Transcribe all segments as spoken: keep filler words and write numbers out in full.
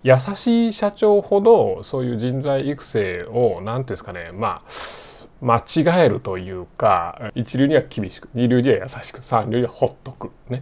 優しい社長ほどそういう人材育成を何ていうんですかね、まあ間違えるというか、一流には厳しく、二流には優しく、三流にはほっとくね。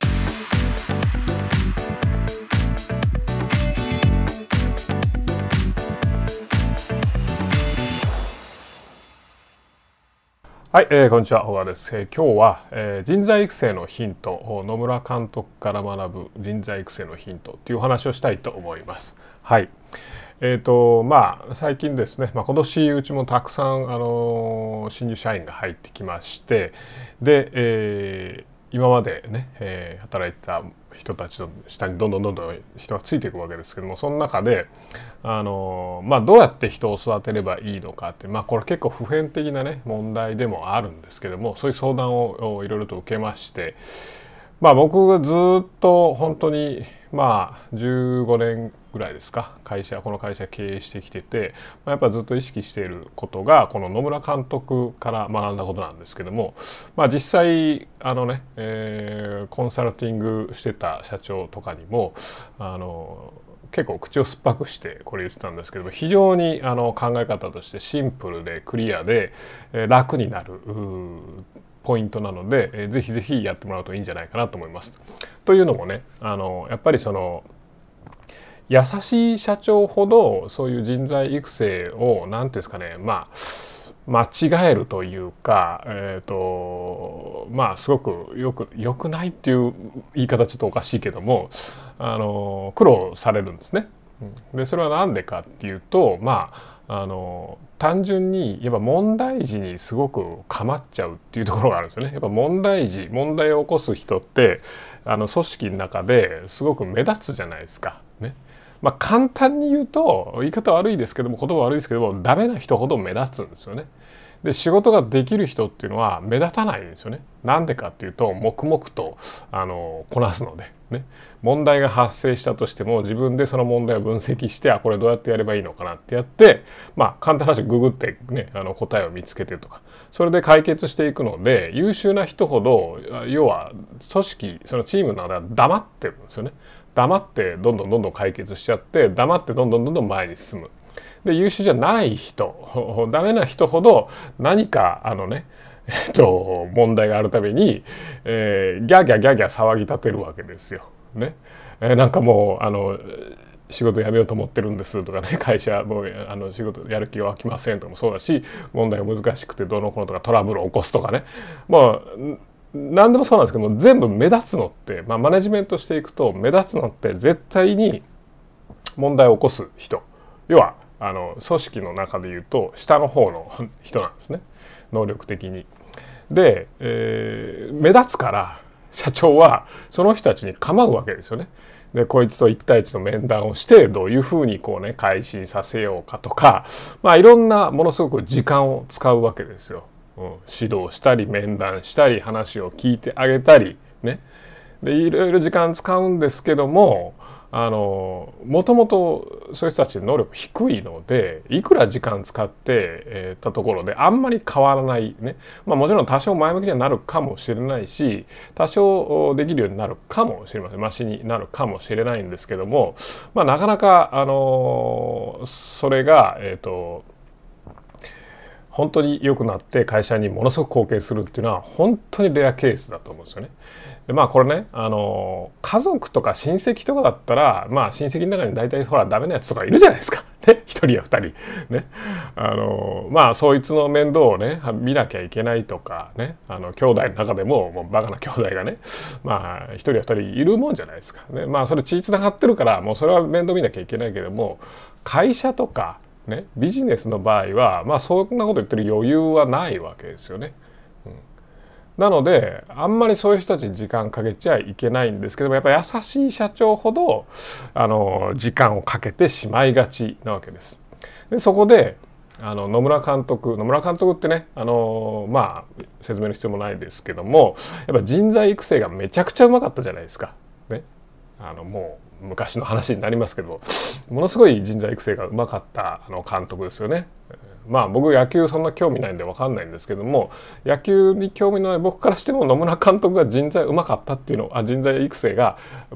はい、えー、こんにちは、小川です。えー、今日は、えー、人材育成のヒント、野村監督から学ぶ人材育成のヒントというお話をしたいと思います。はい。えーとまあ、最近ですね、まあ、今年うちもたくさん、あのー、新入社員が入ってきまして、で、えー、今までね、えー、働いてた人たちの下にどんどんどんどん人がついていくわけですけども、その中で、あのー、まあ、どうやって人を育てればいいのかって、まあ、これ結構普遍的なね問題でもあるんですけども、そういう相談をいろいろと受けまして、まあ、僕がずっと本当にまあじゅうごねんぐらいですか、会社この会社経営してきてて、まあ、やっぱずっと意識していることがこの野村監督から学んだことなんですけども、まあ、実際あのね、えー、コンサルティングしてた社長とかにもあの結構口を酸っぱくしてこれ言ってたんですけども、非常にあの考え方としてシンプルでクリアで、えー、楽になるポイントなので、えー、ぜひぜひやってもらうといいんじゃないかなと思います。というのもね、あのやっぱりその優しい社長ほどそういう人材育成を何ていうんですかね、まあ間違えるというか、えっとまあすごくよく良くないっていう言い方ちょっとおかしいけども、あの苦労されるんですね。でそれは何でかっていうと、まああの単純にやっぱ問題児にすごく構っちゃうっていうところがあるんですよね。やっぱ問題児問題を起こす人ってあの組織の中ですごく目立つじゃないですかね。まあ簡単に言うと、言い方悪いですけども、言葉悪いですけども、ダメな人ほど目立つんですよね。で仕事ができる人っていうのは目立たないんですよね。なんでかっていうと、黙々とあのこなすのでね。問題が発生したとしても自分でその問題を分析して、あこれどうやってやればいいのかなってやって、まあ簡単な話ググってね、あの答えを見つけてとか、それで解決していくので、優秀な人ほど要は組織そのチームの中では黙ってるんですよね。黙ってどんどんどんどん解決しちゃって、黙ってどんどんどんどん前に進む。で優秀じゃない人、ダメな人ほど何かあのね、えっと問題があるために、えー、ギャーギャーギャーギャー騒ぎ立てるわけですよ。ね、えー、なんかもうあの仕事辞めようと思ってるんですとかね、会社もうあの仕事やる気が湧きませんとかもそうだし、問題が難しくてどうのこうのとかトラブルを起こすとかね、まあ何でもそうなんですけども、全部目立つのって、まあ、マネジメントしていくと目立つのって絶対に問題を起こす人、要はあの組織の中でいうと下の方の人なんですね、能力的に。で、えー、目立つから社長はその人たちに構うわけですよね。でこいつと一対一の面談をしてどういうふうにこうね改心させようかとか、まあいろんなものすごく時間を使うわけですよ。うん、指導したり面談したり話を聞いてあげたりね。でいろいろ時間使うんですけども、あのもともとそういう人たちの能力低いので、いくら時間使って、えー、たところであんまり変わらないね。まあもちろん多少前向きにはなるかもしれないし、多少できるようになるかもしれません。マシになるかもしれないんですけども、まあなかなかあのそれがえっと本当に良くなって会社にものすごく貢献するっていうのは本当にレアケースだと思うんですよね。でまあこれね、あの家族とか親戚とかだったら、まあ親戚の中に大体ほらダメなやつとかいるじゃないですかね、一人や二人ね。あのまあそいつの面倒をね見なきゃいけないとかね、あの兄弟の中でももうバカな兄弟がね、まあ一人や二人いるもんじゃないですかね。まあそれ血つながってるからもうそれは面倒見なきゃいけないけども、会社とかねビジネスの場合はまあそんなこと言ってる余裕はないわけですよね。うんなのであんまりそういう人たちに時間かけちゃいけないんですけども、やっぱり優しい社長ほどあの時間をかけてしまいがちなわけです。でそこであの野村監督野村監督ってね、あのまあ説明の必要もないですけども、やっぱ人材育成がめちゃくちゃうまかったじゃないですか。ね、あのもう昔の話になりますけど、ものすごい人材育成がうまかったあの監督ですよね。まあ僕野球そんな興味ないんで分かんないんですけども、野球に興味のない僕からしても野村監督が人材うまかったっていうのあ人材育成が、まあ、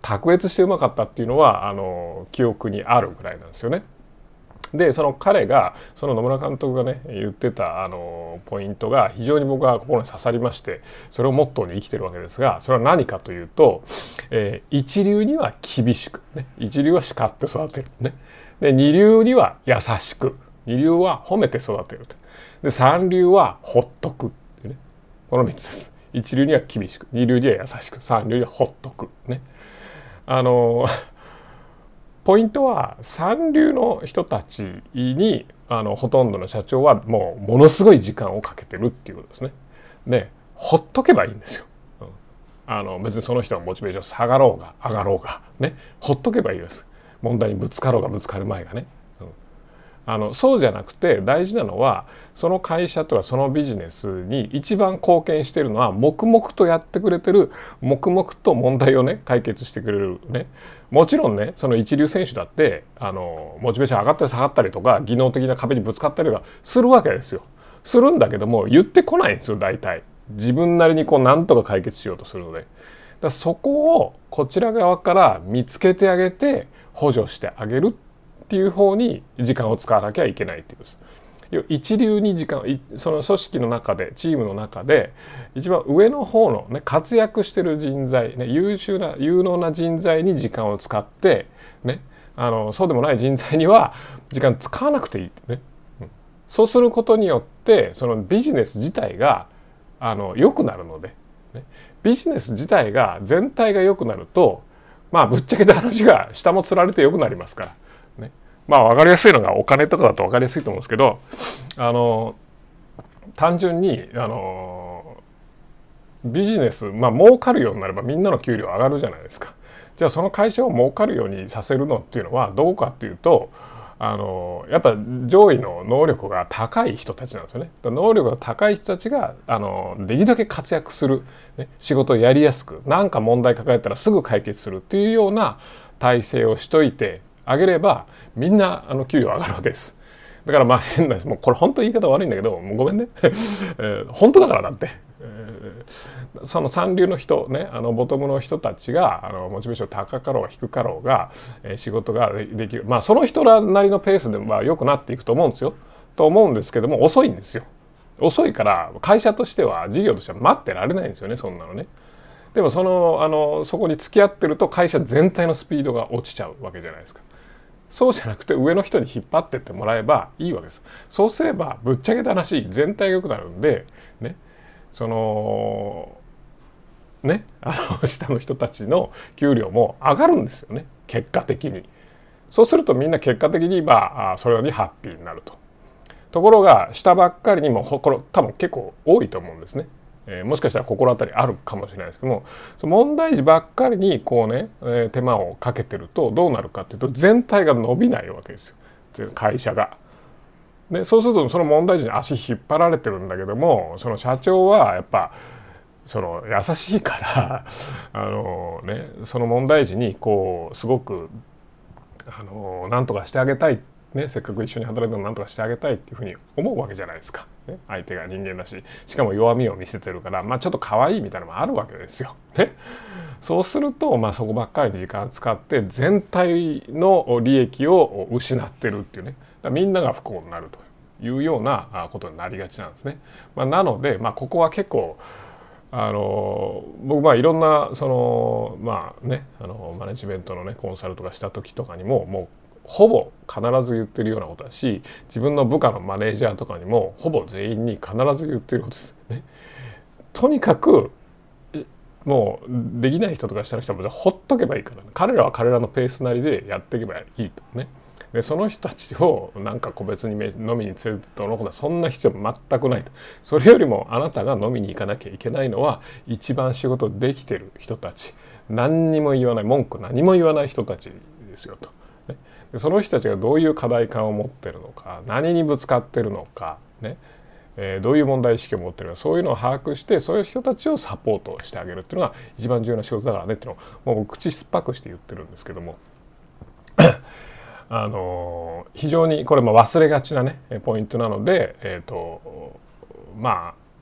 卓越してうまかったっていうのはあの記憶にあるぐらいなんですよね。でその彼がその野村監督がね言ってたあのポイントが非常に僕は心に刺さりまして、それをモットーに生きてるわけですが、それは何かというと、えー、一流には厳しく、ね、一流は叱って育てる、ね、で二流には優しく、二流は褒めて育てる、で三流はほっとくってね、このみっつです。一流には厳しく、二流には優しく、三流にはほっとくね。あのポイントは三流の人たちにあのほとんどの社長はもうものすごい時間をかけてるっていうことですね。でほっとけばいいんですよ。うん、あの別にその人のモチベーション下がろうが上がろうがね、ほっとけばいいです。問題にぶつかろうがぶつかる前がね。うん、あのそうじゃなくて大事なのは、その会社とかそのビジネスに一番貢献しているのは黙々とやってくれてる、黙々と問題をね解決してくれるね。もちろんねその一流選手だってあのモチベーション上がったり下がったりとか技能的な壁にぶつかったりとかするわけですよ。するんだけども言ってこないんですよ。大体自分なりにこう何とか解決しようとするので、だからそこをこちら側から見つけてあげて補助してあげるっていう方に時間を使わなきゃいけないっていうことです。一流に時間、その組織の中でチームの中で一番上の方の、ね、活躍してる人材、ね、優秀な有能な人材に時間を使って、ね、あのそうでもない人材には時間使わなくていいってね、うん、そうすることによってそのビジネス自体があの良くなるので、ね、ビジネス自体が全体が良くなると、まあぶっちゃけた話が下もつられて良くなりますから。まあ分かりやすいのがお金とかだと分かりやすいと思うんですけど、あの単純にあのビジネスまあ儲かるようになればみんなの給料上がるじゃないですか。じゃあその会社を儲かるようにさせるのっていうのはどうかっていうと、あのやっぱ上位の能力が高い人たちなんですよね。能力が高い人たちがあのできるだけ活躍する、ね、仕事をやりやすく、何か問題抱えたらすぐ解決するっていうような体制をしといてあげればみんなあの給料上がるわけです。だからまあ変な、もうこれ本当言い方悪いんだけどもうごめんね、えー、本当だからだって、えー、その三流の人ね、あのボトムの人たちがあのモチベーション高かろうが低かろうが、えー、仕事ができる、まあその人らなりのペースでは良くなっていくと思うんですよと思うんですけども、遅いんですよ。遅いから会社としては事業としては待ってられないんですよね、そんなのね。でもそのあのそこに付き合ってると会社全体のスピードが落ちちゃうわけじゃないですか。そうじゃなくて上の人に引っ張ってってもらえばいいわけです。そうすればぶっちゃけた話全体が良くなるんでね、そのねあの下の人たちの給料も上がるんですよね、結果的に。そうするとみんな結果的にまあそれにハッピーになると。ところが下ばっかりにもこれ多分結構多いと思うんですね。えー、もしかしたら心当たりあるかもしれないですけども、問題児ばっかりにこうね、えー、手間をかけてるとどうなるかっていうと全体が伸びないわけですよ、会社が。でそうするとその問題児に足引っ張られてるんだけども、その社長はやっぱその優しいからあのね、その問題児にこうすごくあの何とかしてあげたい、ね、せっかく一緒に働いても何とかしてあげたいっていうふうに思うわけじゃないですか。ね、相手が人間だし、しかも弱みを見せてるから、まあ、ちょっと可愛いみたいなのもあるわけですよ。ね、そうすると、まあ、そこばっかりに時間を使って全体の利益を失ってるっていうね、みんなが不幸になるというようなことになりがちなんですね。まあ、なので、まあ、ここは結構あの僕まあいろんなそのまあねあのマネジメントのねコンサルとかした時とかにももうほぼ必ず言ってるようなことだし、自分の部下のマネージャーとかにもほぼ全員に必ず言ってることですね。とにかくもうできない人とかした人はほっとけばいいから、ね、彼らは彼らのペースなりでやっていけばいいとね。でその人たちをなんか個別に飲みに連れてどのことはそんな必要全くないと。それよりもあなたが飲みに行かなきゃいけないのは一番仕事できてる人たち、何にも言わない、文句何も言わない人たちですよと。その人たちがどういう課題感を持ってるのか、何にぶつかってるのか、ねえー、どういう問題意識を持ってるのか、そういうのを把握してそういう人たちをサポートしてあげるっていうのが一番重要な仕事だからねっていうのをもう口酸っぱくして言ってるんですけどもあのー、非常にこれも忘れがちなねポイントなので、えーとまあ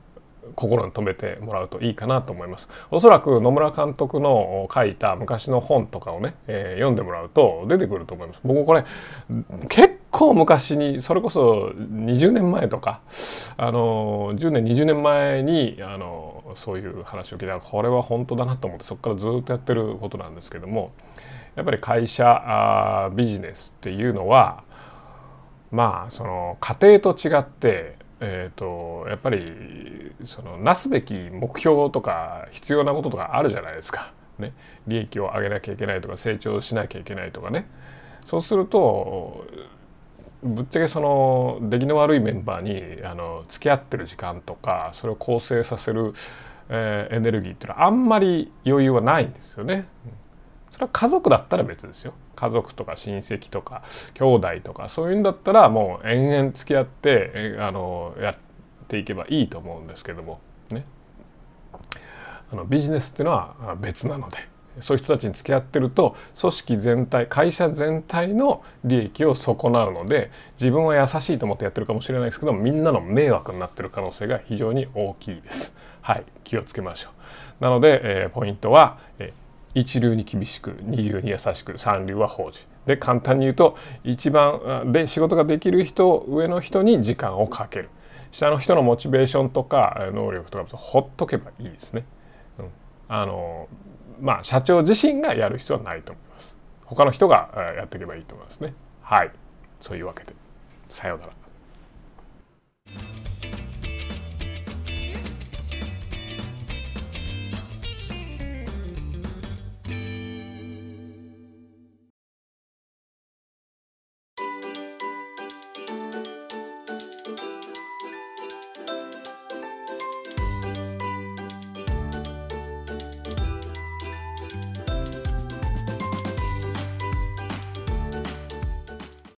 心に留めてもらうといいかなと思います。おそらく野村監督の書いた昔の本とかをね、えー、読んでもらうと出てくると思います。僕これ結構昔に、それこそにじゅうねんまえとか、あのじゅうねんにじゅうねんまえにあのそういう話を聞いたら、これは本当だなと思って、そこからずっとやってることなんですけども、やっぱり会社ビジネスっていうのは、まあその家庭と違ってえー、とやっぱりそのなすべき目標とか必要なこととかあるじゃないですか、ね、利益を上げなきゃいけないとか成長しなきゃいけないとかね。そうするとぶっちゃけその出来の悪いメンバーにあの付き合ってる時間とか、それを構成させる、えー、エネルギーっていうのはあんまり余裕はないんですよね。それは家族だったら別ですよ。家族とか親戚とか兄弟とかそういうんだったらもう延々付き合ってあのやっていけばいいと思うんですけどもね、あのビジネスっていうのは別なので、そういう人たちに付き合ってると組織全体、会社全体の利益を損なうので、自分は優しいと思ってやってるかもしれないですけど、みんなの迷惑になってる可能性が非常に大きいです。はい、気をつけましょう。なので、えー、ポイントは、えー一流に厳しく、二流に優しく、三流は奉仕で、簡単に言うと一番で仕事ができる人、上の人に時間をかける、下の人のモチベーションとか能力とかほっとけばいいですね。うん、あのまあ社長自身がやる必要はないと思います。他の人がやっていけばいいと思いますね。はい、そういうわけでさようなら。